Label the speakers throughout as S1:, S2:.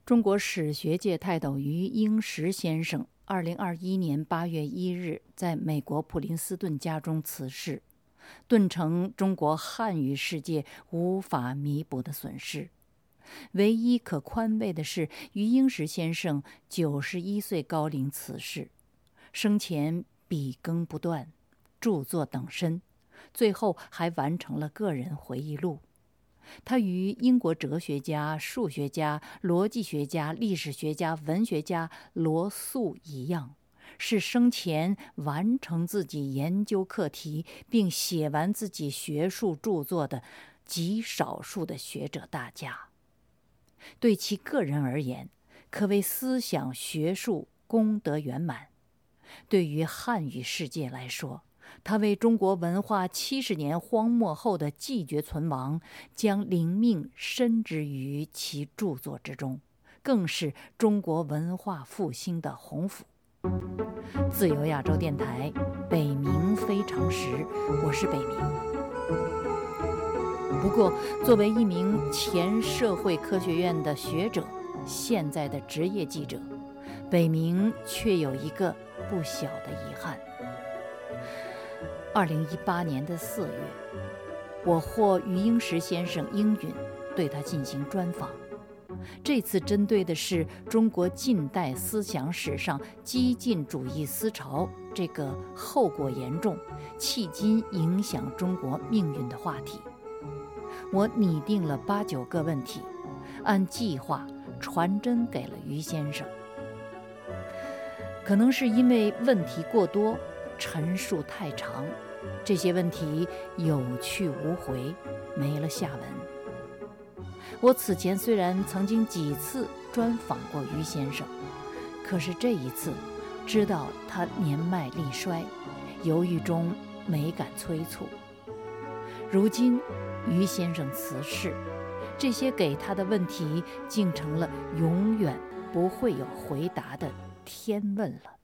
S1: 中国史学界泰斗余英时先生2021年8月1日在美国普林斯顿家中辞世，顿成中国汉语世界无法弥补的损失。唯一可宽慰的是，余英时先生91岁高龄辞世，生前笔耕不断，著作等身，最后还完成了个人回忆录。他与英国哲学家、数学家、逻辑学家、历史学家、文学家罗素一样，是生前完成自己研究课题并写完自己学术著作的极少数的学者大家。对其个人而言，可谓思想学术功德圆满；对于汉语世界来说，他为中国文化70年荒漠后的继绝存亡，将灵命深植于其著作之中，更是中国文化复兴的鸿福。自由亚洲电台，北冥非常时，我是北冥。不过，作为一名前社会科学院的学者，现在的职业记者，北冥却有一个不小的遗憾。2018年4月，我获余英时先生应允，对他进行专访。这次针对的是中国近代思想史上激进主义思潮这个后果严重、迄今影响中国命运的话题。我拟定了8、9个问题，按计划传真给了余先生。可能是因为问题过多，陈述太长，这些问题有去无回，没了下文。我此前虽然曾经几次专访过余先生，可是这一次知道他年迈力衰，犹豫中没敢催促。如今余先生辞世，这些给他的问题竟成了永远不会有回答的天问了。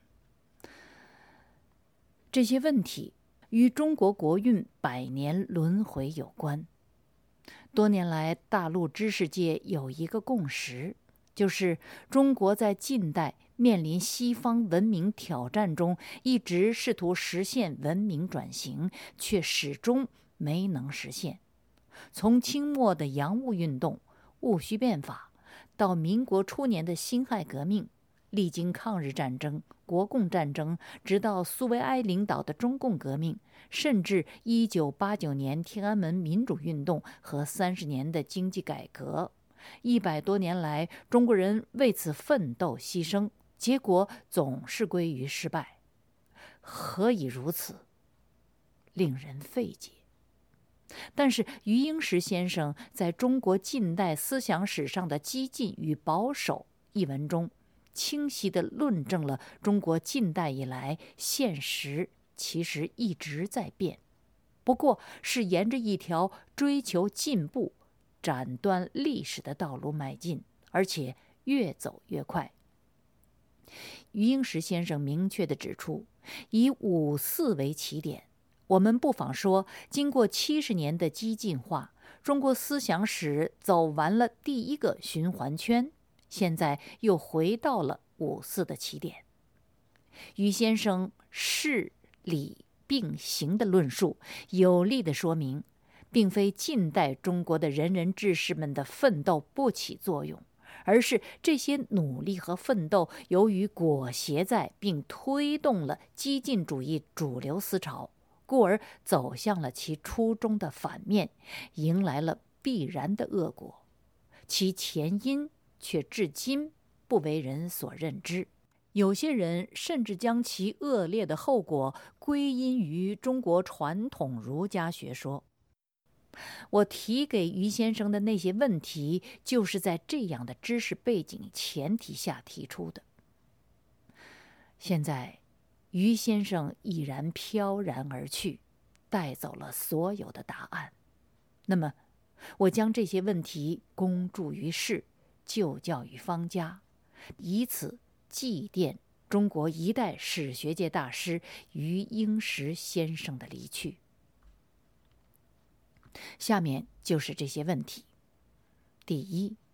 S1: 这些问题与中国国运100年轮回有关。多年来，大陆知识界有一个共识，就是中国在近代面临西方文明挑战中，一直试图实现文明转型，却始终没能实现。从清末的洋务运动、戊戌变法，到民国初年的辛亥革命，历经抗日战争、国共战争，直到苏维埃领导的中共革命，甚至1989年天安门民主运动和30年的经济改革，100多年来，中国人为此奋斗牺牲，结果总是归于失败。何以如此？令人费解。但是余英时先生在中国近代思想史上的激进与保守一文中，清晰地论证了中国近代以来现实其实一直在变，不过是沿着一条追求进步、斩断历史的道路迈进，而且越走越快。余英时先生明确地指出，以5·4为起点，我们不妨说，经过70年的激进化，中国思想史走完了第一个循环圈，现在又回到了5·4的起点。余先生事理并行的论述，有力地说明，并非近代中国的仁人志士们的奋斗不起作用，而是这些努力和奋斗由于裹挟在并推动了激进主义主流思潮，故而走向了其初衷的反面，迎来了必然的恶果，其前因却至今不为人所认知。有些人甚至将其恶劣的后果归因于中国传统儒家学说。我提给余先生的那些问题，就是在这样的知识背景前提下提出的。现在余先生已然飘然而去，带走了所有的答案。那么我将这些问题公诸于世，就教于方家，以此祭奠中国一代史学界大师余英时先生的离去。下面就是这些问题。第一，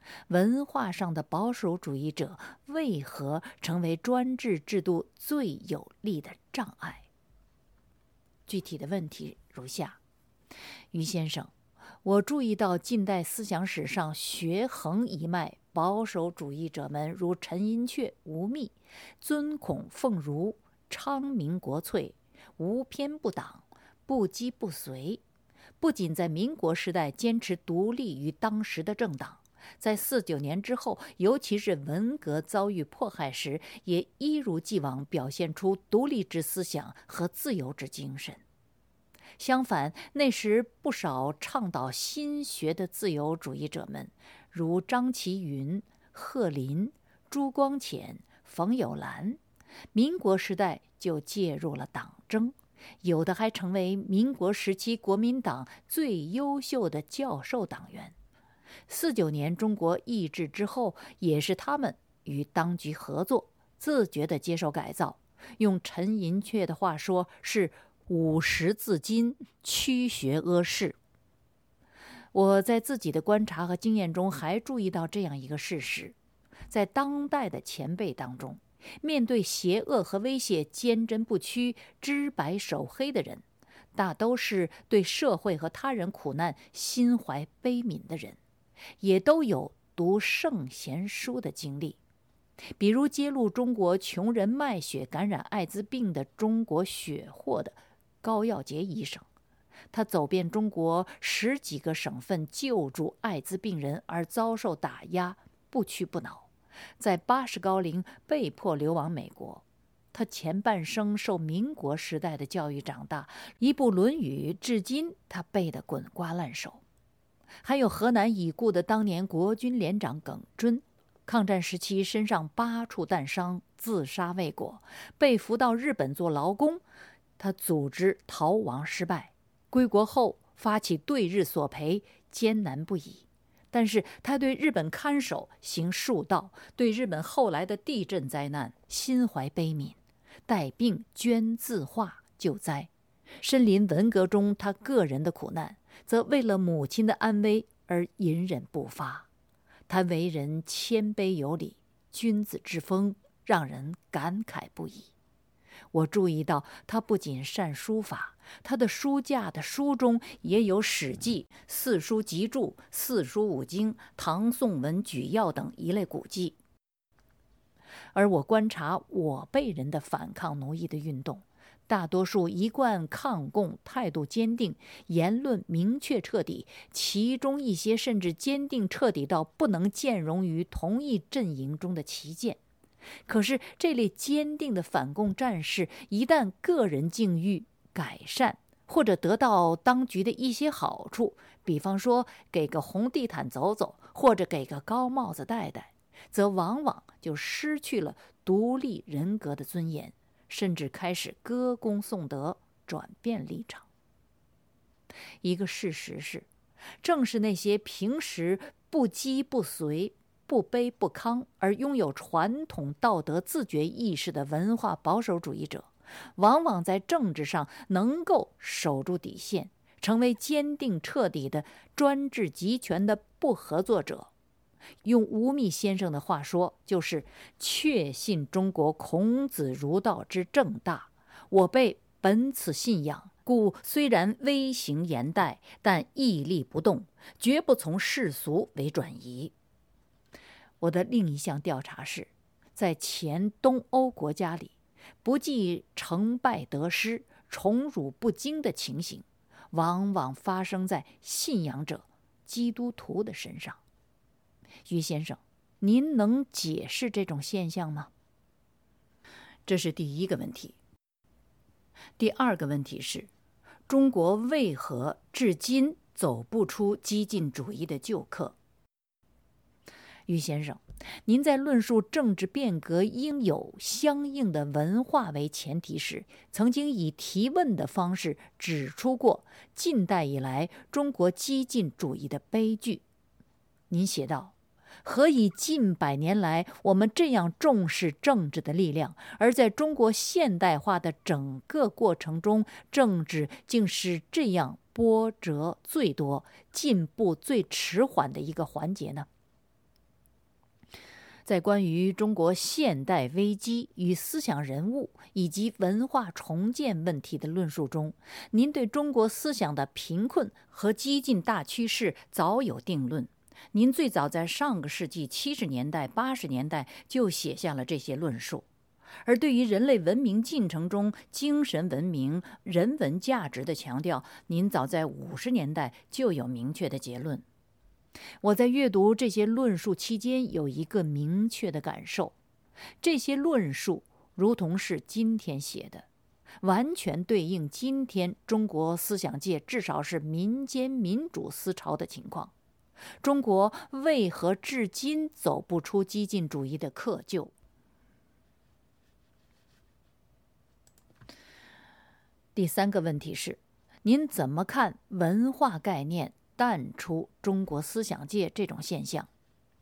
S1: 文化上的保守主义者为何成为专制制度最有力的障碍？具体的问题如下：于先生，我注意到近代思想史上学衡一脉保守主义者们，如陈寅恪、吴宓，尊孔奉儒，昌明国粹，无偏不党，不羁不随，不仅在民国时代坚持独立于当时的政党，在49年之后，尤其是文革遭遇迫害时，也一如既往表现出独立之思想和自由之精神。相反，那时不少倡导新学的自由主义者们，如张其云、贺林、朱光潜、冯友兰，民国时代就介入了党争，有的还成为民国时期国民党最优秀的教授党员。49年中国易帜之后，也是他们与当局合作，自觉地接受改造。用陈寅恪的话说，是五十字经，驱学阿世。我在自己的观察和经验中还注意到这样一个事实：在当代的前辈当中，面对邪恶和威胁坚贞不屈、知白守黑的人，大都是对社会和他人苦难心怀悲悯的人，也都有读圣贤书的经历。比如揭露中国穷人卖血感染艾滋病的中国血祸的高耀洁医生，他走遍中国10几个省份救助艾滋病人而遭受打压，不屈不挠，在80高龄被迫流亡美国。他前半生受民国时代的教育长大，一部《论语》至今他背得滚瓜烂熟。还有河南已故的当年国军连长耿遵，抗战时期身上8处弹伤，自杀未果，被俘到日本做劳工。他组织逃亡失败，归国后发起对日索赔，艰难不已。但是他对日本看守行恕道，对日本后来的地震灾难心怀悲悯，带病捐字画救灾。身临文革中他个人的苦难，则为了母亲的安危而隐忍不发。他为人谦卑有礼，君子之风让人感慨不已。我注意到他不仅善书法，他的书架的书中也有《史记》、四书集注、四书五经、唐宋文举要等一类古迹。而我观察我辈人的反抗奴役的运动，大多数一贯抗共态度坚定，言论明确彻底，其中一些甚至坚定彻底到不能兼容于同一阵营中的旗舰。可是这类坚定的反共战士，一旦个人境遇改善，或者得到当局的一些好处，比方说给个红地毯走走，或者给个高帽子戴戴，则往往就失去了独立人格的尊严，甚至开始歌功颂德，转变立场。一个事实是，正是那些平时不羁不随、不卑不亢，而拥有传统道德自觉意识的文化保守主义者，往往在政治上能够守住底线，成为坚定彻底的专制集权的不合作者。用吴宓先生的话说，就是确信中国孔子儒道之正大，我辈本此信仰，故虽然微行言殆，但屹立不动，绝不从世俗为转移。我的另一项调查是，在前东欧国家里，不计成败得失、宠辱不惊的情形，往往发生在信仰者、基督徒的身上。于先生，您能解释这种现象吗？这是第一个问题。第二个问题是，中国为何至今走不出激进主义的旧课？于先生，您在论述政治变革应有相应的文化为前提时，曾经以提问的方式指出过近代以来中国激进主义的悲剧。您写道，何以近100年来我们这样重视政治的力量，而在中国现代化的整个过程中，政治竟是这样波折最多、进步最迟缓的一个环节呢？ 在关于中国现代危机与思想人物以及文化重建问题的论述中，您对中国思想的贫困和激进大趋势早有定论。您最早在上个世纪70年代、80年代就写下了这些论述。而对于人类文明进程中精神文明、人文价值的强调，您早在50年代就有明确的结论。我在阅读这些论述期间有一个明确的感受，这些论述如同是今天写的，完全对应今天中国思想界至少是民间民主思潮的情况。中国为何至今走不出激进主义的窠臼？第三个问题是，您怎么看文化概念淡出中国思想界这种现象？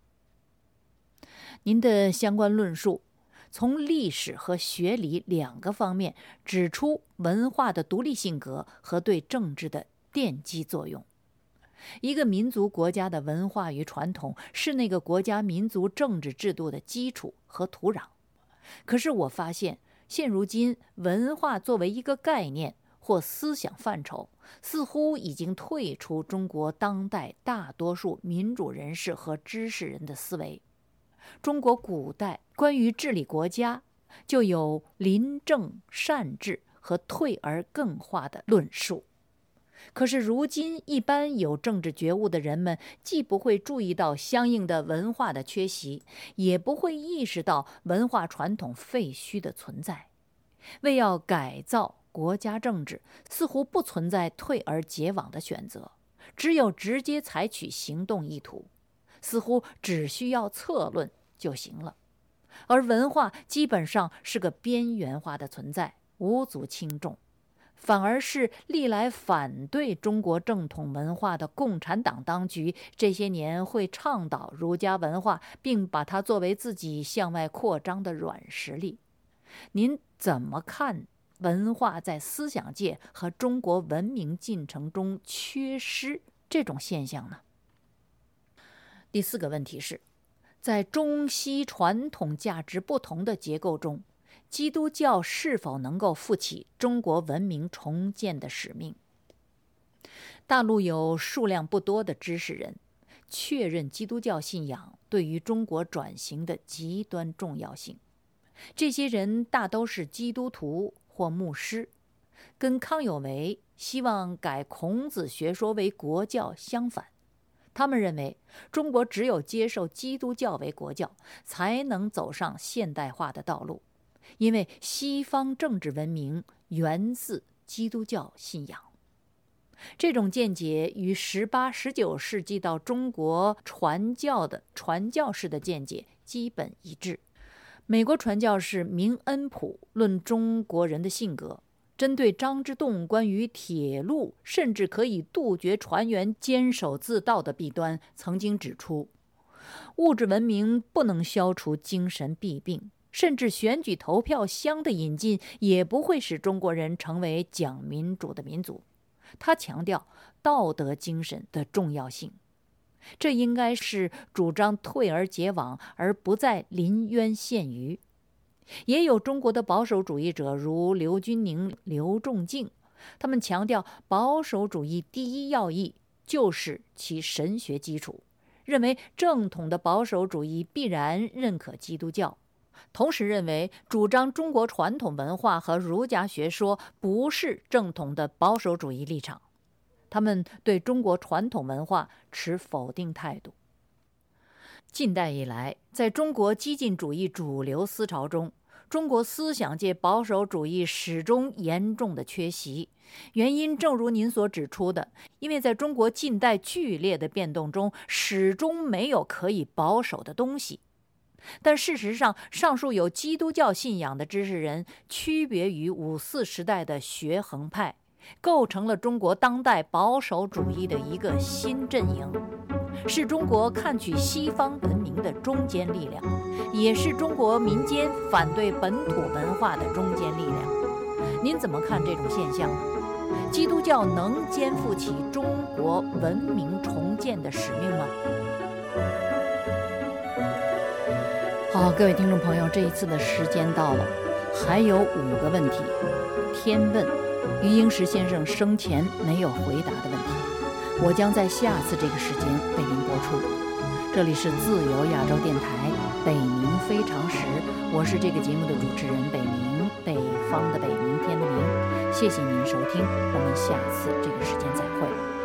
S1: 您的相关论述从历史和学理两个方面指出文化的独立性格和对政治的奠基作用。一个民族国家的文化与传统是那个国家民族政治制度的基础和土壤。可是我发现，现如今文化作为一个概念或思想范畴，似乎已经退出中国当代大多数民主人士和知识人的思维。中国古代关于治理国家就有临政善治和退而更化的论述。可是如今一般有政治觉悟的人们，既不会注意到相应的文化的缺席，也不会意识到文化传统废墟的存在。为要改造国家政治，似乎不存在退而结网的选择，只有直接采取行动意图，似乎只需要策论就行了。而文化基本上是个边缘化的存在，无足轻重。反而是历来反对中国正统文化的共产党当局，这些年会倡导儒家文化，并把它作为自己向外扩张的软实力。您怎么看文化在思想界和中国文明进程中缺失这种现象呢？第四个问题是，在中西传统价值不同的结构中，基督教是否能够负起中国文明重建的使命？大陆有数量不多的知识人确认基督教信仰对于中国转型的极端重要性。这些人大都是基督徒或牧师，跟康有为希望改孔子学说为国教相反。他们认为，中国只有接受基督教为国教，才能走上现代化的道路。因为西方政治文明源自基督教信仰。这种见解与18、19世纪到中国传教士的见解基本一致。美国传教士明恩普论中国人的性格，针对张之洞关于铁路甚至可以杜绝船员坚守自盗的弊端，曾经指出，物质文明不能消除精神弊病，甚至选举投票箱的引进也不会使中国人成为讲民主的民族。他强调道德精神的重要性，这应该是主张退而结网，而不再临渊羡鱼。也有中国的保守主义者，如刘军宁、刘仲敬，他们强调保守主义第一要义就是其神学基础，认为正统的保守主义必然认可基督教，同时认为主张中国传统文化和儒家学说不是正统的保守主义立场。他们对中国传统文化持否定态度。近代以来，在中国激进主义主流思潮中，中国思想界保守主义始终严重的缺席。原因正如您所指出的，因为在中国近代剧烈的变动中，始终没有可以保守的东西。但事实上，上述有基督教信仰的知识人，区别于5·4时代的学衡派，构成了中国当代保守主义的一个新阵营，是中国看取西方文明的中坚力量，也是中国民间反对本土文化的中坚力量。您怎么看这种现象呢？基督教能肩负起中国文明重建的使命吗？ 好，各位听众朋友，这一次的时间到了，还有5个问题，天问，余英时先生生前没有回答的问题，我将在下次这个时间为您播出。这里是自由亚洲电台北冥非常时，我是这个节目的主持人北冥，北方的北，明天的明。谢谢您收听，我们下次这个时间再会。